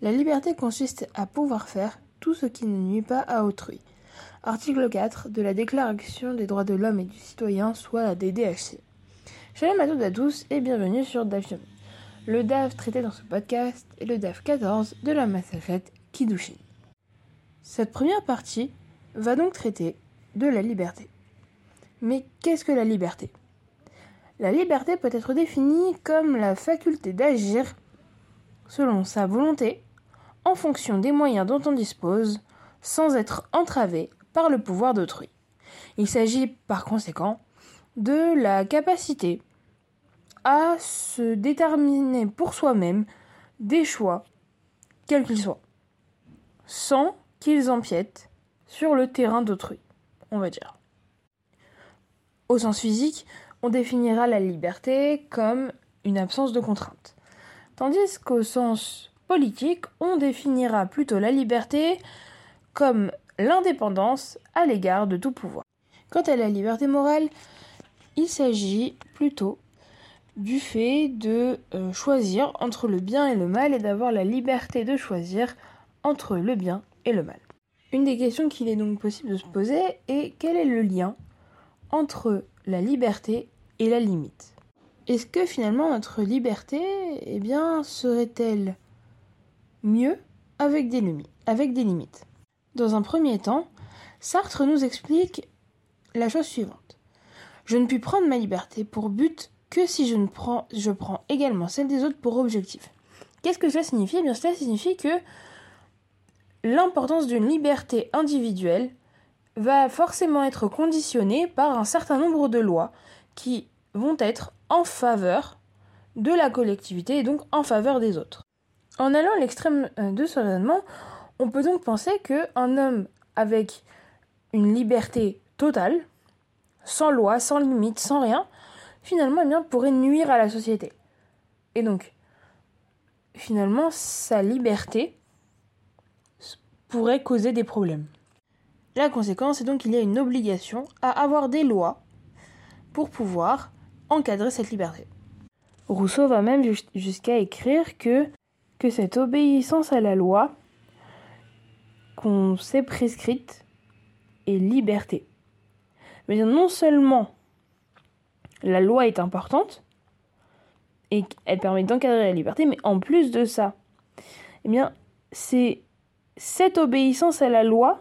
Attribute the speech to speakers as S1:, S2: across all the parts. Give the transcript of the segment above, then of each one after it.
S1: La liberté consiste à pouvoir faire tout ce qui ne nuit pas à autrui. Article 4 de la Déclaration des droits de l'homme et du citoyen, soit la DDHC. Shalom à toutes et à tous et bienvenue sur DAF Yomi. Le DAF traité dans ce podcast est le DAF 14 de la Masechet Kiddushin. Cette première partie va donc traiter de la liberté. Mais qu'est-ce que la liberté ? La liberté peut être définie comme la faculté d'agir selon sa volonté, en fonction des moyens dont on dispose, sans être entravé par le pouvoir d'autrui. Il s'agit par conséquent de la capacité à se déterminer pour soi-même des choix, quels qu'ils soient, sans qu'ils empiètent sur le terrain d'autrui, on va dire. Au sens physique, on définira la liberté comme une absence de contrainte. Tandis qu'au sens politique, on définira plutôt la liberté comme l'indépendance à l'égard de tout pouvoir. Quant à la liberté morale, il s'agit plutôt du fait de choisir entre le bien et le mal et d'avoir la liberté de choisir entre le bien et le mal. Une des questions qu'il est donc possible de se poser est quel est le lien entre la liberté et la limite ? Est-ce que finalement notre liberté, serait-elle mieux avec des limites ? Dans un premier temps, Sartre nous explique la chose suivante. Je ne puis prendre ma liberté pour but que si je prends également celle des autres pour objectif. Qu'est-ce que cela signifie ? Cela signifie que l'importance d'une liberté individuelle va forcément être conditionnée par un certain nombre de lois qui vont être en faveur de la collectivité et donc en faveur des autres. En allant à l'extrême de ce raisonnement, on peut donc penser qu'un homme avec une liberté totale, sans loi, sans limite, sans rien, finalement pourrait nuire à la société. Et donc, finalement, sa liberté pourrait causer des problèmes. La conséquence est donc qu'il y a une obligation à avoir des lois pour pouvoir encadrer cette liberté. Rousseau va même jusqu'à écrire que cette obéissance à la loi qu'on s'est prescrite est liberté. Mais non seulement la loi est importante et elle permet d'encadrer la liberté, mais en plus de ça, c'est cette obéissance à la loi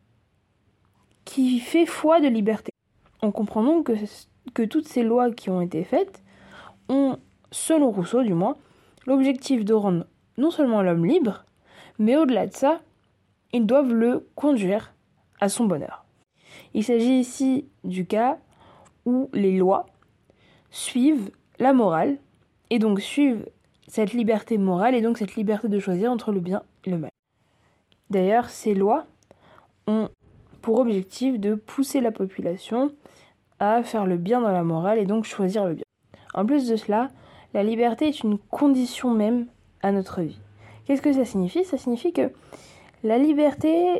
S1: qui fait foi de liberté. On comprend donc que toutes ces lois qui ont été faites ont, selon Rousseau du moins, l'objectif de rendre non seulement l'homme libre, mais au-delà de ça, ils doivent le conduire à son bonheur. Il s'agit ici du cas où les lois suivent la morale, et donc suivent cette liberté morale, et donc cette liberté de choisir entre le bien et le mal. D'ailleurs, ces lois ont pour objectif de pousser la population à faire le bien dans la morale, et donc choisir le bien. En plus de cela, la liberté est une condition même à notre vie. Qu'est-ce que ça signifie ? Ça signifie que la liberté,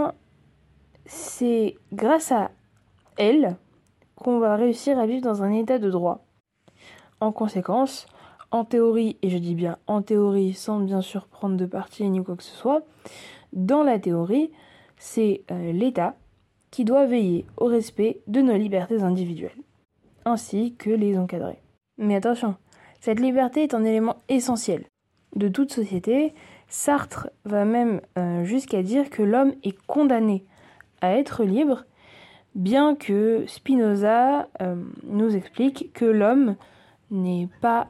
S1: c'est grâce à elle qu'on va réussir à vivre dans un état de droit. En conséquence, en théorie, et je dis bien en théorie sans bien sûr prendre de parti ni quoi que ce soit, dans la théorie, c'est l'État qui doit veiller au respect de nos libertés individuelles, ainsi que les encadrer. Mais attention, cette liberté est un élément essentiel de toute société. Sartre va même jusqu'à dire que l'homme est condamné à être libre, bien que Spinoza nous explique que l'homme n'est pas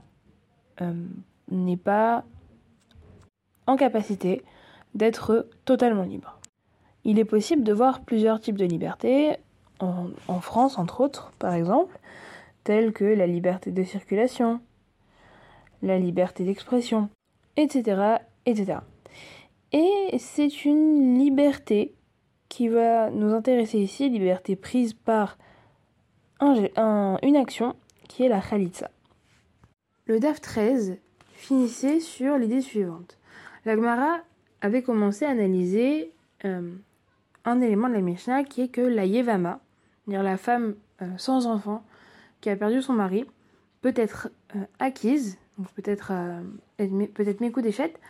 S1: en capacité d'être totalement libre. Il est possible de voir plusieurs types de liberté, en France entre autres, par exemple, telles que la liberté de circulation, la liberté d'expression, etc., etc. Et c'est une liberté qui va nous intéresser ici, liberté prise par une action qui est la Khalitsa. Le DAF 13 finissait sur l'idée suivante. La Gemara avait commencé à analyser un élément de la Mishnah qui est que la Yevama, c'est-à-dire la femme sans enfant qui a perdu son mari, peut être acquise, donc peut-être Mekou Déchet,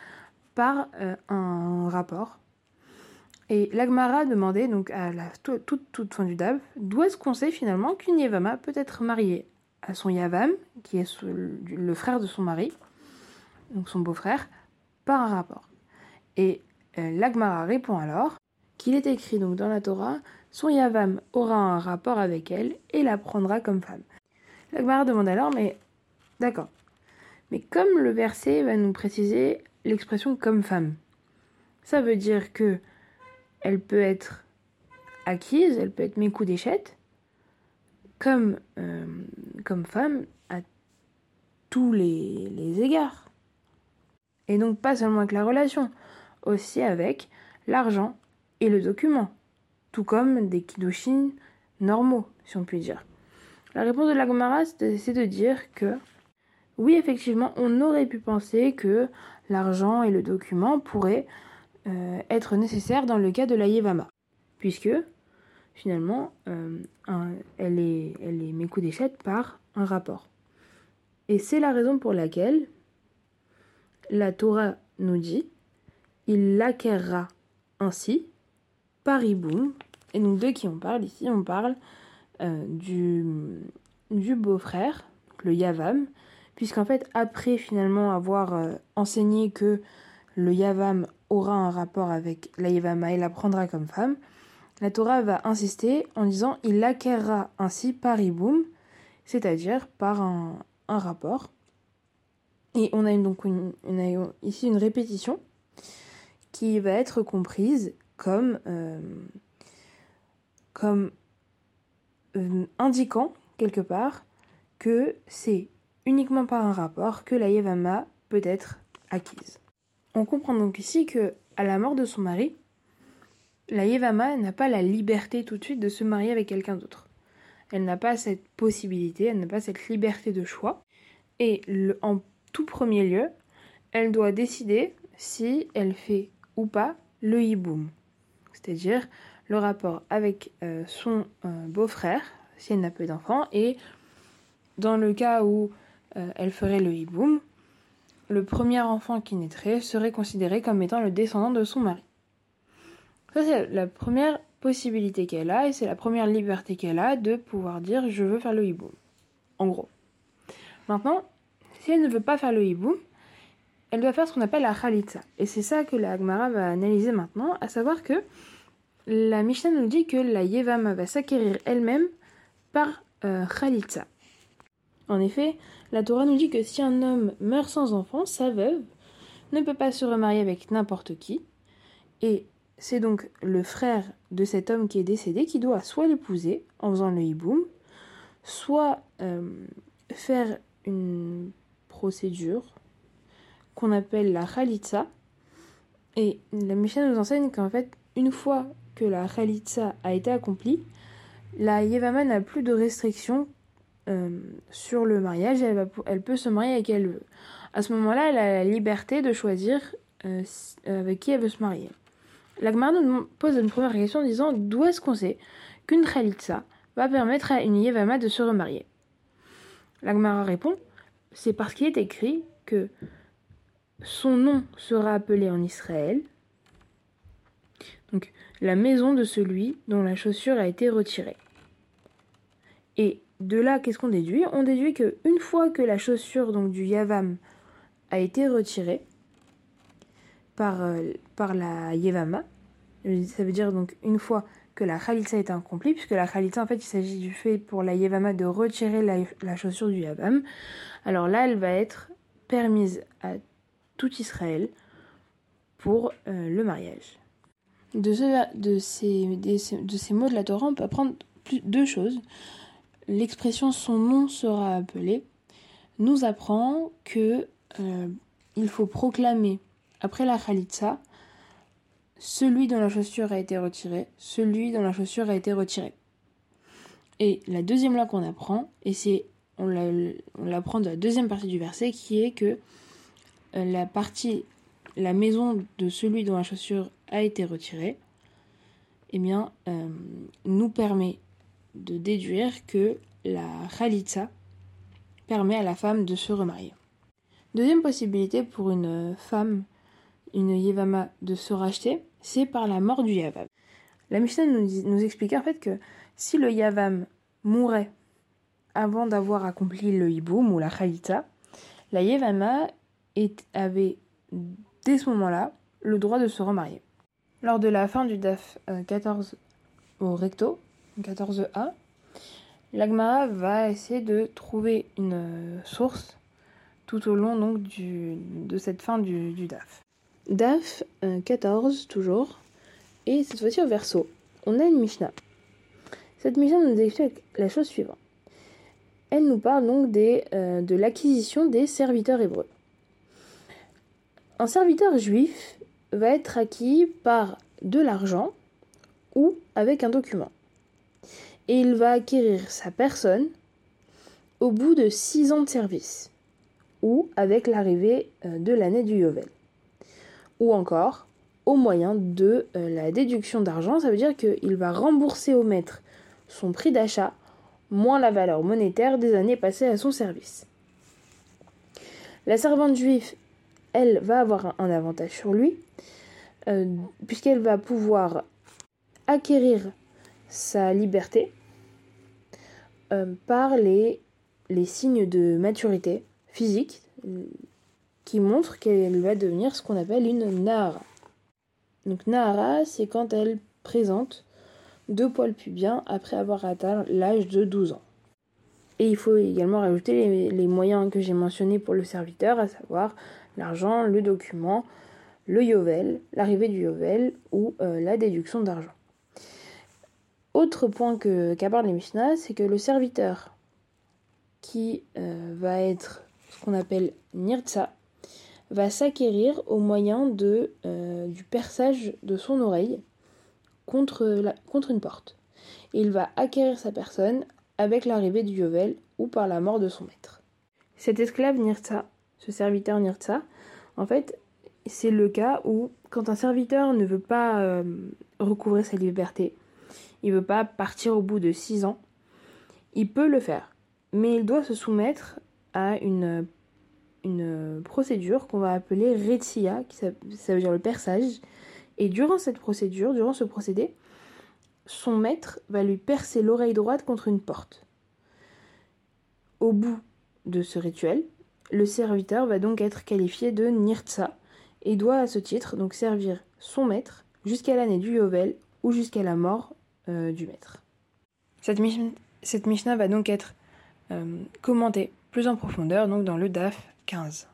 S1: par un rapport. Et l'Agmara demandait donc à la toute fin du Daf, d'où est-ce qu'on sait finalement qu'une Yevama peut être mariée à son Yavam, qui est le frère de son mari, donc son beau-frère, par un rapport. Et l'Agmara répond alors qu'il est écrit donc dans la Torah, son Yavam aura un rapport avec elle et la prendra comme femme. L'Agmara demande alors, mais d'accord, mais comme le verset va nous préciser l'expression comme femme, ça veut dire que elle peut être acquise, elle peut être mécou d'échette, comme femme à tous les égards. Et donc pas seulement avec la relation, aussi avec l'argent et le document, tout comme des kiddushin normaux, si on peut dire. La réponse de la Gemara, c'est de dire que, oui, effectivement, on aurait pu penser que l'argent et le document pourraient être nécessaires dans le cas de la Yevama, puisque, finalement, elle est mécou d'échette par un rapport. Et c'est la raison pour laquelle la Torah nous dit « Il l'acquerra ainsi, par Iboum ». Et donc de qui on parle ici? On parle du beau-frère, le Yavam, puisqu'en fait, après finalement avoir enseigné que le Yavam aura un rapport avec la Yevama et la prendra comme femme, la Torah va insister en disant « Il l'acquerra ainsi par Iboum », c'est-à-dire par un rapport. Et on a donc ici une répétition qui va être comprise comme indiquant quelque part que c'est uniquement par un rapport que la Yevama peut être acquise. On comprend donc ici que à la mort de son mari, la Yevama n'a pas la liberté tout de suite de se marier avec quelqu'un d'autre. Elle n'a pas cette possibilité, elle n'a pas cette liberté de choix. Et en tout premier lieu, elle doit décider si elle fait ou pas le hiboum, c'est-à-dire le rapport avec son beau-frère, si elle n'a pas d'enfant, et dans le cas où elle ferait le hiboum, le premier enfant qui naîtrait serait considéré comme étant le descendant de son mari. Ça, c'est la première possibilité qu'elle a, et c'est la première liberté qu'elle a de pouvoir dire « je veux faire le hiboum », en gros. Maintenant, si elle ne veut pas faire le hiboum, elle doit faire ce qu'on appelle la khalitsa. Et c'est ça que la Gemara va analyser maintenant, à savoir que la Mishnah nous dit que la Yevama va s'acquérir elle-même par khalitsa. En effet, la Torah nous dit que si un homme meurt sans enfant, sa veuve ne peut pas se remarier avec n'importe qui, et c'est donc le frère de cet homme qui est décédé qui doit soit l'épouser en faisant le hiboum, soit faire une procédure qu'on appelle la khalitsa. Et la Mishnah nous enseigne qu'en fait, une fois que la khalitsa a été accomplie, la Yevama n'a plus de restrictions sur le mariage, elle peut se marier avec qui elle veut. À ce moment-là, elle a la liberté de choisir avec qui elle veut se marier. La Gemara nous pose une première question en disant d'où est-ce qu'on sait qu'une khalitsa va permettre à une Yevama de se remarier? La Gemara répond, c'est parce qu'il est écrit que son nom sera appelé en Israël, donc la maison de celui dont la chaussure a été retirée. Et de là, qu'est-ce qu'on déduit? On déduit qu'une fois que la chaussure donc, du Yavam a été retirée par la Yevama, ça veut dire donc une fois que la Khalitsa est accomplie, puisque la Khalitsa, en fait, il s'agit du fait pour la Yevama de retirer la chaussure du Yavam. Alors là, elle va être permise à tout Israël pour le mariage. De ces mots de la Torah, on peut apprendre deux choses. L'expression « son nom sera appelé » nous apprend que il faut proclamer, après la Khalitsa, celui dont la chaussure a été retirée, celui dont la chaussure a été retirée. Et la deuxième loi qu'on apprend, et on l'apprend de la deuxième partie du verset, qui est que la maison de celui dont la chaussure a été retirée, eh bien, nous permet de déduire que la khalitsa permet à la femme de se remarier. Deuxième possibilité pour une femme une Yevama de se racheter, c'est par la mort du Yavam. La Mishnah nous expliquait en fait que si le Yavam mourait avant d'avoir accompli le Hiboum ou la Khalitza, la Yevama avait dès ce moment-là le droit de se remarier. Lors de la fin du DAF 14 au recto, 14a, l'Agmara va essayer de trouver une source tout au long donc, de cette fin du DAF. DAF 14 toujours, et cette fois-ci au verso, on a une Mishnah. Cette Mishnah nous explique la chose suivante. Elle nous parle donc de l'acquisition des serviteurs hébreux. Un serviteur juif va être acquis par de l'argent ou avec un document. Et il va acquérir sa personne au bout de 6 ans de service, ou avec l'arrivée de l'année du Yovel. Ou encore, au moyen de la déduction d'argent, ça veut dire qu'il va rembourser au maître son prix d'achat, moins la valeur monétaire des années passées à son service. La servante juive, elle, va avoir un avantage sur lui, puisqu'elle va pouvoir acquérir sa liberté par les signes de maturité physique qui montrent qu'elle va devenir ce qu'on appelle une Nahara. Donc Nahara, c'est quand elle présente 2 poils pubiens après avoir atteint l'âge de 12 ans. Et il faut également rajouter les moyens que j'ai mentionnés pour le serviteur, à savoir l'argent, le document, le Yovel, l'arrivée du Yovel ou la déduction d'argent. Autre point qu'aborde les Mishnah, c'est que le serviteur qui va être ce qu'on appelle Nirtsa va s'acquérir au moyen du perçage de son oreille contre une porte. Et il va acquérir sa personne avec l'arrivée du Yovel ou par la mort de son maître. Cet esclave Nirtsa, ce serviteur Nirtsa, en fait, c'est le cas où quand un serviteur ne veut pas recouvrer sa liberté, il ne veut pas partir au bout de 6 ans, il peut le faire. Mais il doit se soumettre à une procédure qu'on va appeler Retsia, ça veut dire le perçage. Et durant cette procédure, durant ce procédé, son maître va lui percer l'oreille droite contre une porte. Au bout de ce rituel, le serviteur va donc être qualifié de Nirtsa et doit à ce titre donc servir son maître jusqu'à l'année du Yovel ou jusqu'à la mort du maître. Cette Mishnah va donc être commentée plus en profondeur donc dans le DAF 15.